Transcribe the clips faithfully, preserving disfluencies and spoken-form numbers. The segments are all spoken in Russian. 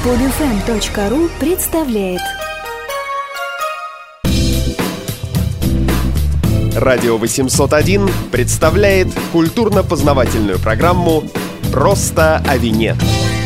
Подфм точка ру представляет. Радио восемьсот один представляет культурно-познавательную программу «Просто о вине».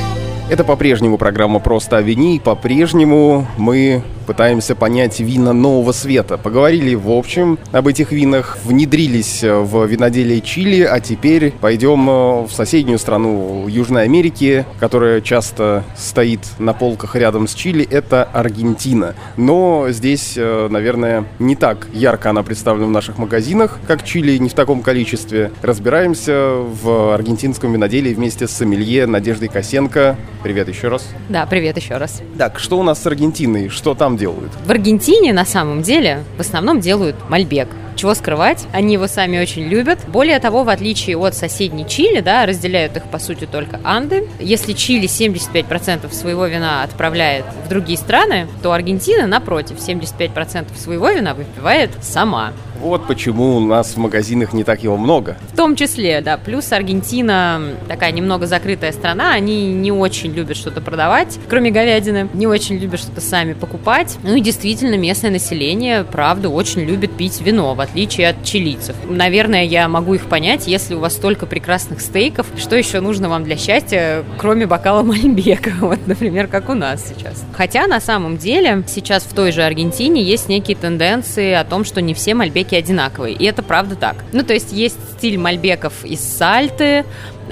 Это по-прежнему программа «Просто о вине», и по-прежнему мы пытаемся понять вина нового света. Поговорили, в общем, об этих винах, внедрились в виноделие Чили, а теперь пойдем в соседнюю страну Южной Америки, которая часто стоит на полках рядом с Чили, это Аргентина. Но здесь, наверное, не так ярко она представлена в наших магазинах, как Чили, не в таком количестве. Разбираемся в аргентинском виноделии вместе с сомелье Надеждой Косенко. Привет еще раз. Да, привет еще раз. Так, что у нас с Аргентиной? Что там делают? В Аргентине на самом деле в основном делают мальбек. Чего скрывать, они его сами очень любят. Более того, в отличие от соседней Чили, да, разделяют их, по сути, только Анды. Если Чили семьдесят пять процентов своего вина отправляет в другие страны, то Аргентина, напротив, семьдесят пять процентов своего вина выпивает сама. Вот почему у нас в магазинах не так его много. В том числе, да. Плюс Аргентина такая немного закрытая страна. Они не очень любят что-то продавать, кроме говядины. Не очень любят что-то сами покупать. Ну и действительно, местное население, правда, очень любит пить вино, в отличие от чилийцев. Наверное, я могу их понять, если у вас столько прекрасных стейков. Что еще нужно вам для счастья, кроме бокала мальбека? Вот, например, как у нас сейчас. Хотя, на самом деле, сейчас в той же Аргентине есть некие тенденции о том, что не все мальбеки одинаковые. И это правда так. Ну, то есть есть стиль мальбеков из Сальты.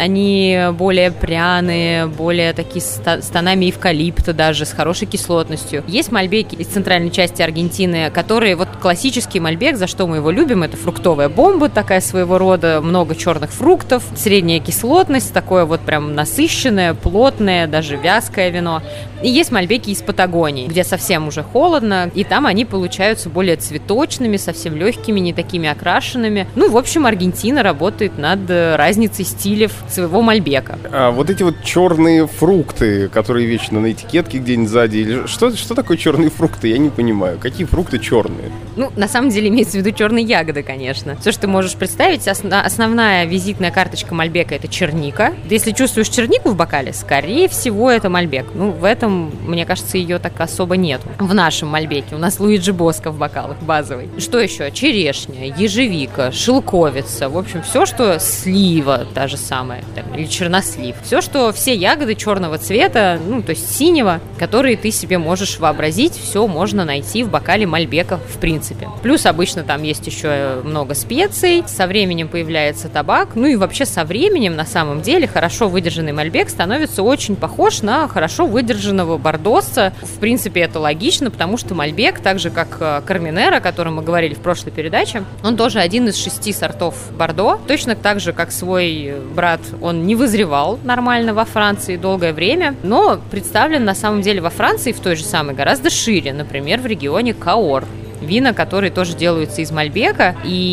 Они более пряные, более такие с тонами эвкалипта даже, с хорошей кислотностью. Есть мальбеки из центральной части Аргентины, которые, вот классический мальбек, за что мы его любим, это фруктовая бомба такая своего рода, много черных фруктов, средняя кислотность, такое вот прям насыщенное, плотное, даже вязкое вино. И есть мальбеки из Патагонии, где совсем уже холодно, и там они получаются более цветочными, совсем легкими, не такими окрашенными. Ну, в общем, Аргентина работает над разницей стилей своего мальбека. А вот эти вот черные фрукты, которые вечно на этикетке где-нибудь сзади, что, что такое черные фрукты? Я не понимаю. Какие фрукты черные? Ну, на самом деле имеется в виду черные ягоды, конечно. Все, что ты можешь представить, основ, основная визитная карточка мальбека — это черника. Если чувствуешь чернику в бокале, скорее всего, это мальбек. Ну, в этом, мне кажется, ее так особо нет. В нашем мальбеке у нас Луиджи Боско в бокалах базовый. Что еще? Черешня, ежевика, шелковица. В общем, все, что слива, та же самая. Или чернослив. Все, что все ягоды черного цвета, ну, то есть синего, которые ты себе можешь вообразить, все можно найти в бокале мальбека в принципе. Плюс обычно там есть еще много специй, со временем появляется табак, ну и вообще со временем, на самом деле, хорошо выдержанный мальбек становится очень похож на хорошо выдержанного бордосца. В принципе, это логично, потому что мальбек, так же как Карменер, о котором мы говорили в прошлой передаче, он тоже один из шести сортов бордо, точно так же, как свой брат. Он не вызревал нормально во Франции долгое время, но представлен на самом деле во Франции в той же самой гораздо шире, например, в регионе Каор. Вина, которые тоже делаются из мальбека,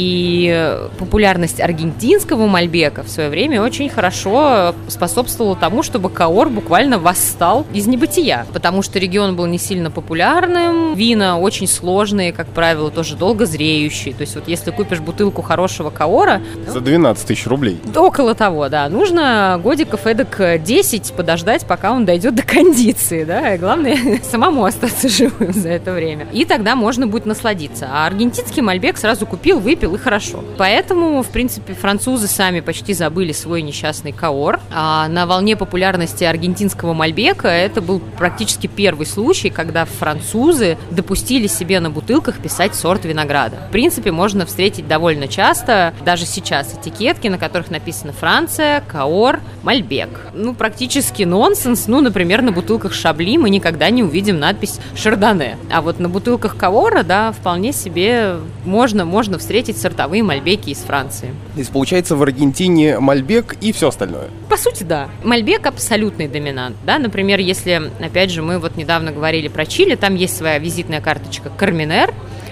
и популярность аргентинского мальбека в свое время очень хорошо способствовала тому, чтобы Каор буквально восстал из небытия, потому что регион был не сильно популярным, вина очень сложные, как правило, тоже долго зреющие, то есть вот если купишь бутылку хорошего Каора... За двенадцать тысяч рублей. Около того, да, нужно годиков эдак десять подождать, пока он дойдет до кондиции, да, и главное самому остаться живым за это время, и тогда можно будет насладиться. А аргентинский мальбек сразу купил, выпил и хорошо. Поэтому, в принципе, французы сами почти забыли свой несчастный Каор. А на волне популярности аргентинского мальбека это был практически первый случай, когда французы допустили себе на бутылках писать сорт винограда. В принципе, можно встретить довольно часто, даже сейчас, этикетки, на которых написано Франция, Каор, Мальбек. Ну, практически нонсенс. Ну, например, на бутылках Шабли мы никогда не увидим надпись Шардоне. А вот на бутылках Каора, да, вполне себе можно, можно встретить сортовые мальбеки из Франции. То есть, получается, в Аргентине мальбек и все остальное? По сути, да. Мальбек абсолютный доминант, да, например, если, опять же, мы вот недавно говорили про Чили, там есть своя визитная карточка Карменер,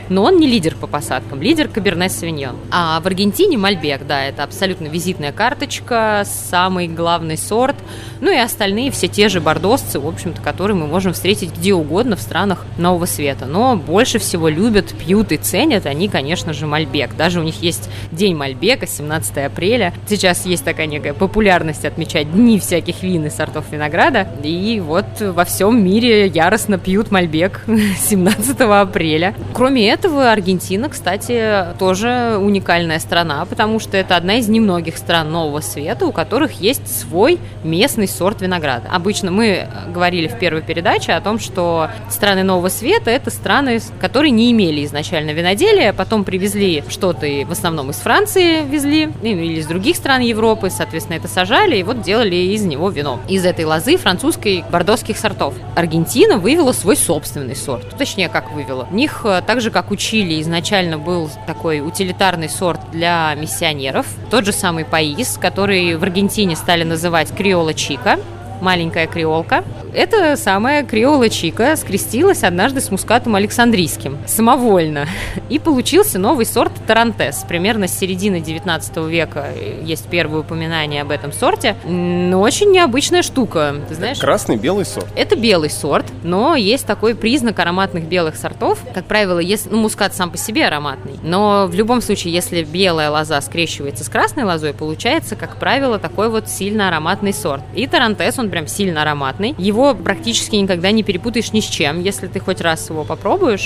но он не лидер по посадкам, лидер Каберне Совиньон. А в Аргентине Мальбек, да, это абсолютно визитная карточка, самый главный сорт, ну и остальные все те же бордосцы, в общем-то, которые мы можем встретить где угодно в странах Нового Света. Но больше всего любят, пьют и ценят они, конечно же, Мальбек. Даже у них есть День Мальбека, семнадцатого апреля. Сейчас есть такая некая популярность отмечать дни всяких вин и сортов винограда. И вот во всем мире яростно пьют Мальбек семнадцатого апреля. Кроме этого, Аргентина, кстати, тоже уникальная страна, потому что это одна из немногих стран Нового Света, у которых есть свой местный сорт винограда. Обычно мы говорили в первой передаче о том, что страны Нового Света – это страны, которые не имели изначально виноделия, потом привезли что-то, и в основном из Франции везли, или из других стран Европы, соответственно, это сажали, и вот делали из него вино. Из этой лозы французской бордоских сортов. Аргентина вывела свой собственный сорт. Точнее, как вывела. У них, так же, как у Чили, изначально был такой утилитарный сорт для миссионеров. Тот же самый паис, который в Аргентине стали называть криола чика. Маленькая креолка. Эта самая креола чика скрестилась однажды с мускатом александрийским. Самовольно. И получился новый сорт Тарантес. Примерно с середины девятнадцатого века есть первые упоминания об этом сорте. Но очень необычная штука. Ты знаешь? Это красный белый сорт. Это белый сорт, но есть такой признак ароматных белых сортов. Как правило, если, ну, мускат сам по себе ароматный. Но в любом случае, если белая лоза скрещивается с красной лозой, получается, как правило, такой вот сильно ароматный сорт. И Тарантес, он прям сильно ароматный. Его практически никогда не перепутаешь ни с чем, если ты хоть раз его попробуешь.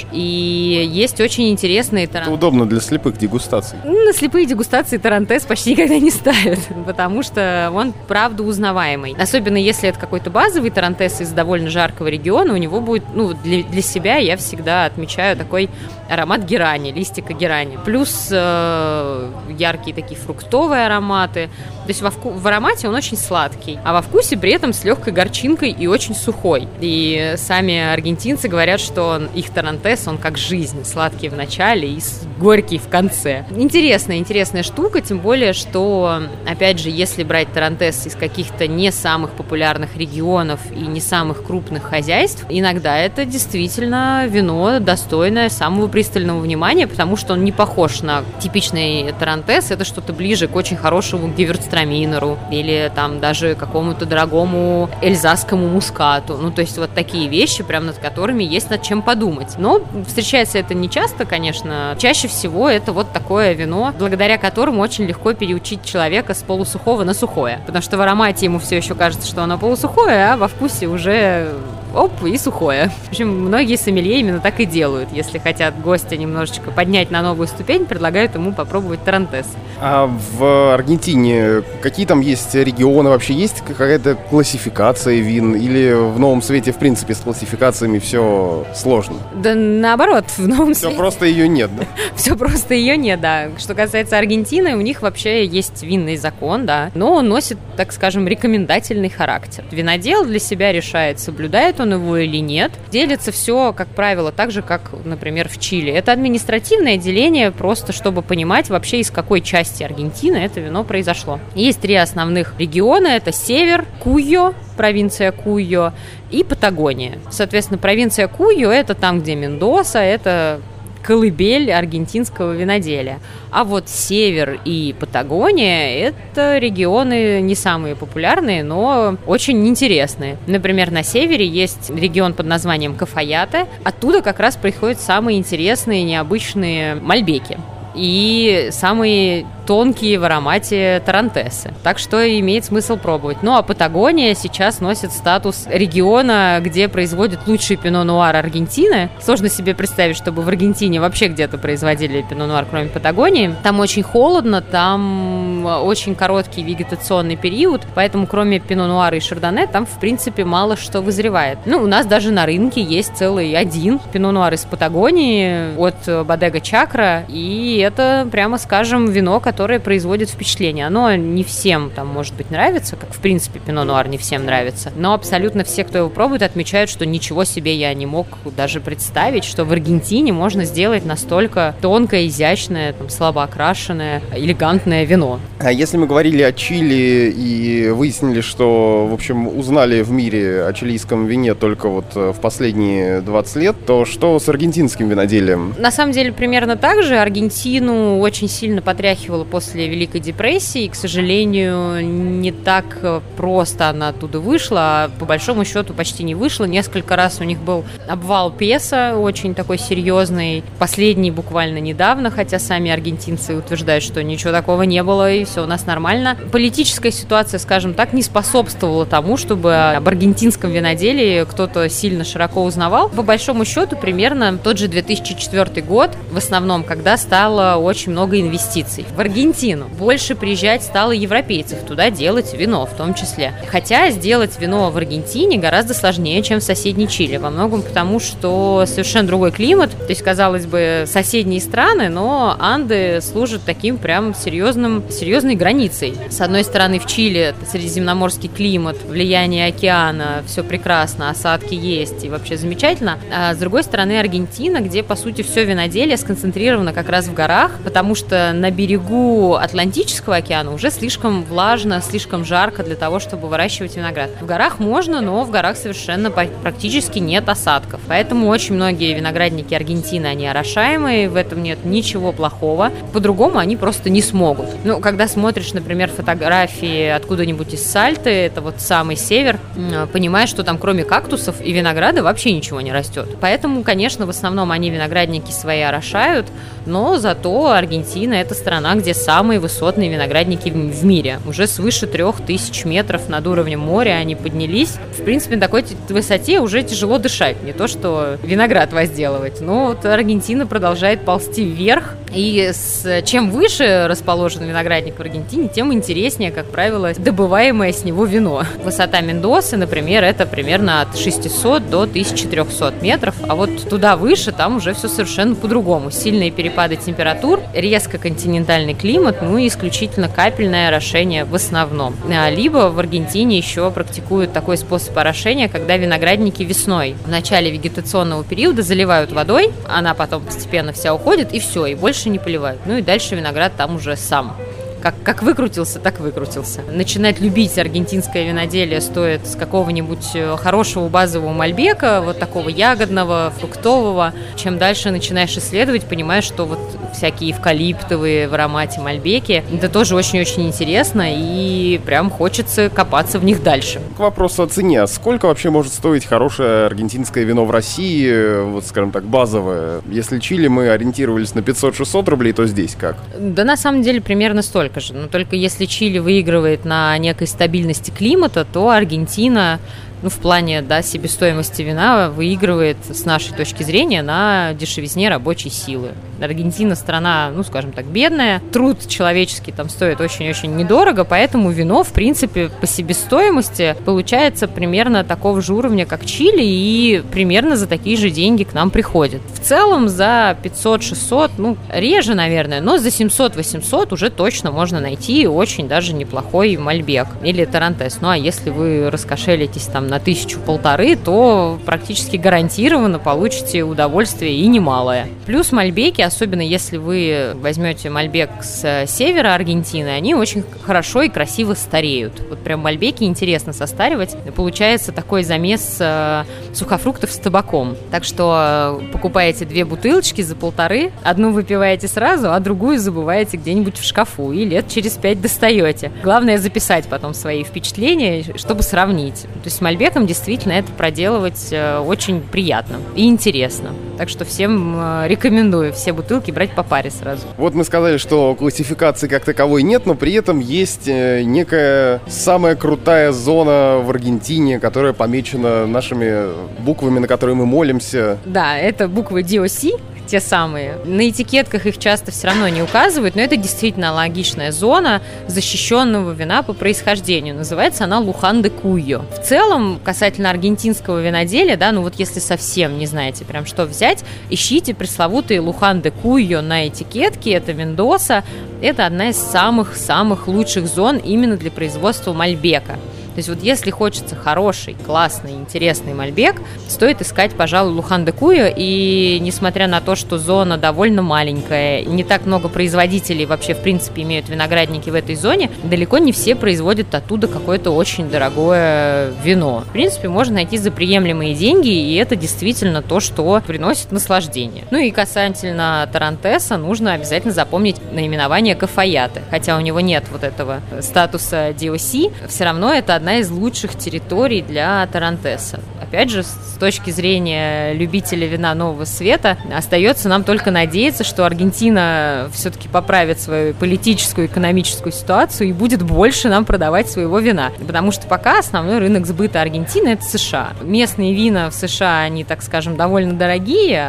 И есть очень интересные тарантес. Это удобно для слепых дегустаций. На слепые дегустации Тарантес почти никогда не ставят, потому что он, правда, узнаваемый. Особенно если это какой-то базовый Тарантес из довольно жаркого региона, у него будет, ну, для, для себя я всегда отмечаю такой аромат герани, листика герани. Плюс э, яркие такие фруктовые ароматы. То есть во вку- в аромате он очень сладкий, а во вкусе при этом с легкой горчинкой и очень сухой. И сами аргентинцы говорят, что он, их Тарантес, он как жизнь, сладкий в начале и горький в конце. Интересная, интересная штука, тем более, что, опять же, если брать Тарантес из каких-то не самых популярных регионов и не самых крупных хозяйств, иногда это действительно вино, достойное самого пристального внимания, потому что он не похож на типичный Тарантес, это что-то ближе к очень хорошему гевюрцтраминеру или там даже какому-то дорогому эльзасскому мускату. Ну, то есть вот такие вещи, прям над которыми есть над чем подумать. Но встречается это не часто, конечно. Чаще всего это вот такое вино, благодаря которому очень легко переучить человека с полусухого на сухое. Потому что в аромате ему все еще кажется, что оно полусухое, а во вкусе уже оп, и сухое. В общем, многие сомелье именно так и делают. Если хотят гостя немножечко поднять на новую ступень, предлагают ему попробовать Тарантес. А в Аргентине какие там есть регионы? Вообще есть какая-то классификация вин? Или в Новом Свете, в принципе, с классификациями все сложно? Да наоборот, в Новом все Свете... Все просто ее нет, да? Все просто ее нет, да. Что касается Аргентины, у них вообще есть винный закон, да, но он носит, так скажем, рекомендательный характер. Винодел для себя решает, соблюдает он его или нет. Делится все, как правило, так же, как, например, в Чили. Это административное деление, просто чтобы понимать вообще, из какой части Аргентины это вино произошло. Есть три основных региона. Это север, Куйо, провинция Куйо, и Патагония. Соответственно, провинция Куйо – это там, где Мендоса, это колыбель аргентинского виноделия. А вот север и Патагония – это регионы не самые популярные, но очень интересные. Например, на севере есть регион под названием Кафаяте. Оттуда как раз приходят самые интересные, необычные мальбеки и самые тонкие в аромате тарантесы. Так что имеет смысл пробовать. Ну, а Патагония сейчас носит статус региона, где производят лучший пино-нуар Аргентины. Сложно себе представить, чтобы в Аргентине вообще где-то производили пино-нуар, кроме Патагонии. Там очень холодно, там очень короткий вегетационный период, поэтому кроме пино-нуара и шардоне там, в принципе, мало что вызревает. Ну, у нас даже на рынке есть целый один пино-нуар из Патагонии от Bodega Chacra, и это, прямо скажем, вино, которое которое производит впечатление. Оно не всем, там, может быть, нравится, как, в принципе, пино нуар не всем нравится, но абсолютно все, кто его пробует, отмечают, что ничего себе я не мог даже представить, что в Аргентине можно сделать настолько тонкое, изящное, там, слабо окрашенное, элегантное вино. А если мы говорили о Чили и выяснили, что, в общем, узнали в мире о чилийском вине только вот в последние двадцать лет, то что с аргентинским виноделием? На самом деле, примерно так же. Аргентину очень сильно потряхивало после Великой депрессии, и, к сожалению, не так просто она оттуда вышла, а по большому счету почти не вышла. Несколько раз у них был обвал песо, очень такой серьезный, последний буквально недавно, хотя сами аргентинцы утверждают, что ничего такого не было, и все у нас нормально. Политическая ситуация, скажем так, не способствовала тому, чтобы об аргентинском виноделии кто-то сильно широко узнавал. По большому счету, примерно тот же две тысячи четвёртый год, в основном, когда стало очень много инвестиций в Аргентину. Больше приезжать стало европейцев туда делать вино в том числе. Хотя сделать вино в Аргентине гораздо сложнее, чем в соседней Чили. Во многом потому, что совершенно другой климат. То есть, казалось бы, соседние страны, но Анды служат таким прям серьезным, серьезной границей. С одной стороны, в Чили это средиземноморский климат, влияние океана, все прекрасно, осадки есть и вообще замечательно. А с другой стороны, Аргентина, где, по сути, все виноделие сконцентрировано как раз в горах, потому что на берегу Атлантического океана уже слишком влажно, слишком жарко для того, чтобы выращивать виноград. В горах можно, но в горах совершенно практически нет осадков. Поэтому очень многие виноградники Аргентины, они орошаемые, в этом нет ничего плохого. По-другому они просто не смогут. Ну, когда смотришь, например, фотографии откуда-нибудь из Сальты, это вот самый север, понимаешь, что там кроме кактусов и винограда вообще ничего не растет. Поэтому, конечно, в основном они виноградники свои орошают, но зато Аргентина – это страна, где самые высотные виноградники в мире. Уже свыше трех тысяч метров над уровнем моря они поднялись. В принципе, на такой высоте уже тяжело дышать, не то что виноград возделывать. Но вот Аргентина продолжает ползти вверх, и с, чем выше расположен виноградник в Аргентине, тем интереснее, как правило, добываемое с него вино. Высота Мендосы, например, это примерно от шестисот до тысячи трехсот метров, а вот туда выше, там уже все совершенно по-другому. Сильные перепады температур, резко континентальный климат, ну и исключительно капельное орошение в основном. Либо в Аргентине еще практикуют такой способ орошения, когда виноградники весной в начале вегетационного периода заливают водой, она потом постепенно вся уходит, и все, и больше не поливают. Ну и дальше виноград там уже сам. Как, как выкрутился, так выкрутился. Начинать любить аргентинское виноделие стоит с какого-нибудь хорошего базового мальбека, вот такого ягодного, фруктового. Чем дальше начинаешь исследовать, понимаешь, что вот всякие эвкалиптовые в аромате мальбеки, это тоже очень-очень интересно, и прям хочется копаться в них дальше. К вопросу о цене. Сколько вообще может стоить хорошее аргентинское вино в России, вот, скажем так, базовое? Если Чили мы ориентировались на пятьсот-шестьсот рублей, то здесь как? Да, на самом деле, примерно столько же. Но только если Чили выигрывает на некой стабильности климата, то Аргентина, ну, в плане, да, себестоимости вина выигрывает с нашей точки зрения на дешевизне рабочей силы. Аргентина страна, ну, скажем так, бедная, труд человеческий там стоит очень-очень недорого, поэтому вино, в принципе, по себестоимости получается примерно такого же уровня, как Чили, и примерно за такие же деньги к нам приходит. В целом за пятьсот-шестьсот, ну, реже, наверное, но за семьсот-восемьсот уже точно можно найти очень даже неплохой мальбек или тарантес. Ну, а если вы раскошелитесь там на тысячу-полторы, то практически гарантированно получите удовольствие и немалое. Плюс мальбеки, особенно если вы возьмете мальбек с севера Аргентины, они очень хорошо и красиво стареют. Вот прям мальбеки интересно состаривать. Получается такой замес сухофруктов с табаком. Так что покупаете две бутылочки за полторы, одну выпиваете сразу, а другую забываете где-нибудь в шкафу и лет через пять достаете. Главное записать потом свои впечатления, чтобы сравнить. То есть с мальбеком действительно это проделывать очень приятно и интересно. Так что всем рекомендую все бутылки брать по паре сразу. Вот мы сказали, что классификации как таковой нет, но при этом есть некая самая крутая зона в Аргентине, которая помечена нашими буквами, на которые мы молимся. Да, это буквы ди о си. те самые. На этикетках их часто все равно не указывают, но это действительно логичная зона защищенного вина по происхождению. Называется она Лухан де Куйо. В целом, касательно аргентинского виноделия, да, ну вот если совсем не знаете прям что взять, ищите пресловутый Лухан де Куйо на этикетке, это Мендоса. Это одна из самых-самых лучших зон именно для производства мальбека. То есть вот если хочется хороший, классный, интересный мальбек, стоит искать, пожалуй, Лухан де Куйо. И несмотря на то, что зона довольно маленькая, не так много производителей вообще в принципе имеют виноградники в этой зоне, далеко не все производят оттуда какое-то очень дорогое вино. В принципе, можно найти за приемлемые деньги, и это действительно то, что приносит наслаждение. Ну и касательно Тарантеса, нужно обязательно запомнить наименование Кафаяте. Хотя у него нет вот этого статуса ди о си, все равно это одна одна из лучших территорий для Тарантеса. Опять же, с точки зрения любителя вина нового света, остается нам только надеяться, что Аргентина все-таки поправит свою политическую, экономическую ситуацию и будет больше нам продавать своего вина. Потому что пока основной рынок сбыта Аргентины – это США. Местные вина в США, они, так скажем, довольно дорогие,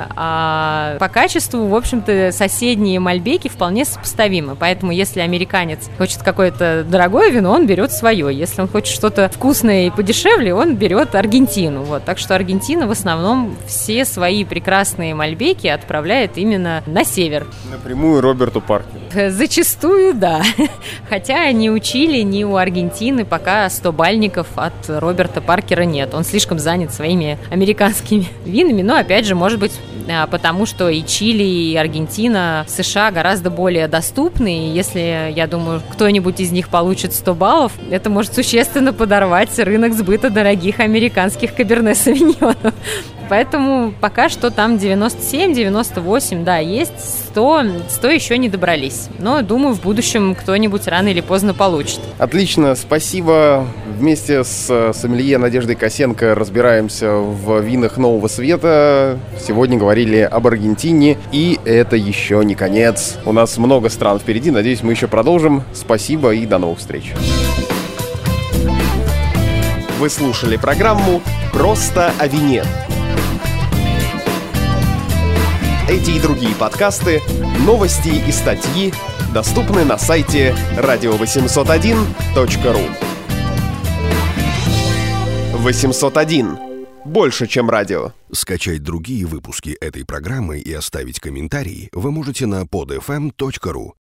а по качеству, в общем-то, соседние мальбеки вполне сопоставимы. Поэтому, если американец хочет какое-то дорогое вино, он берет свое. Если он хочет что-то вкусное и подешевле, он берет Аргентину. Вот. Так что Аргентина в основном все свои прекрасные мальбеки отправляет именно на север. Напрямую Роберту Паркеру. Зачастую, да. Хотя не учили ни у Аргентины, пока сто бальников от Роберта Паркера нет. Он слишком занят своими американскими винами. Но, опять же, может быть, потому что и Чили, и Аргентина в США гораздо более доступны. И если, я думаю, кто-нибудь из них получит сто баллов, это может существенно подорвать рынок сбыта дорогих американских каберне-совиньонов. Поэтому пока что там девяносто семь девяносто восемь, да, есть, сто, сто еще не добрались. Но, думаю, в будущем кто-нибудь рано или поздно получит. Отлично, спасибо. Вместе с сомелье Надеждой Косенко разбираемся в винах нового света. Сегодня говорили об Аргентине, и это еще не конец. У нас много стран впереди, надеюсь, мы еще продолжим. Спасибо и до новых встреч. Вы слушали программу «Просто о вине». Эти и другие подкасты, новости и статьи доступны на сайте радио восемьсот один точка ру. восемьсот один. Больше, чем радио. Скачать другие выпуски этой программы и оставить комментарии вы можете на под эф эм точка ру.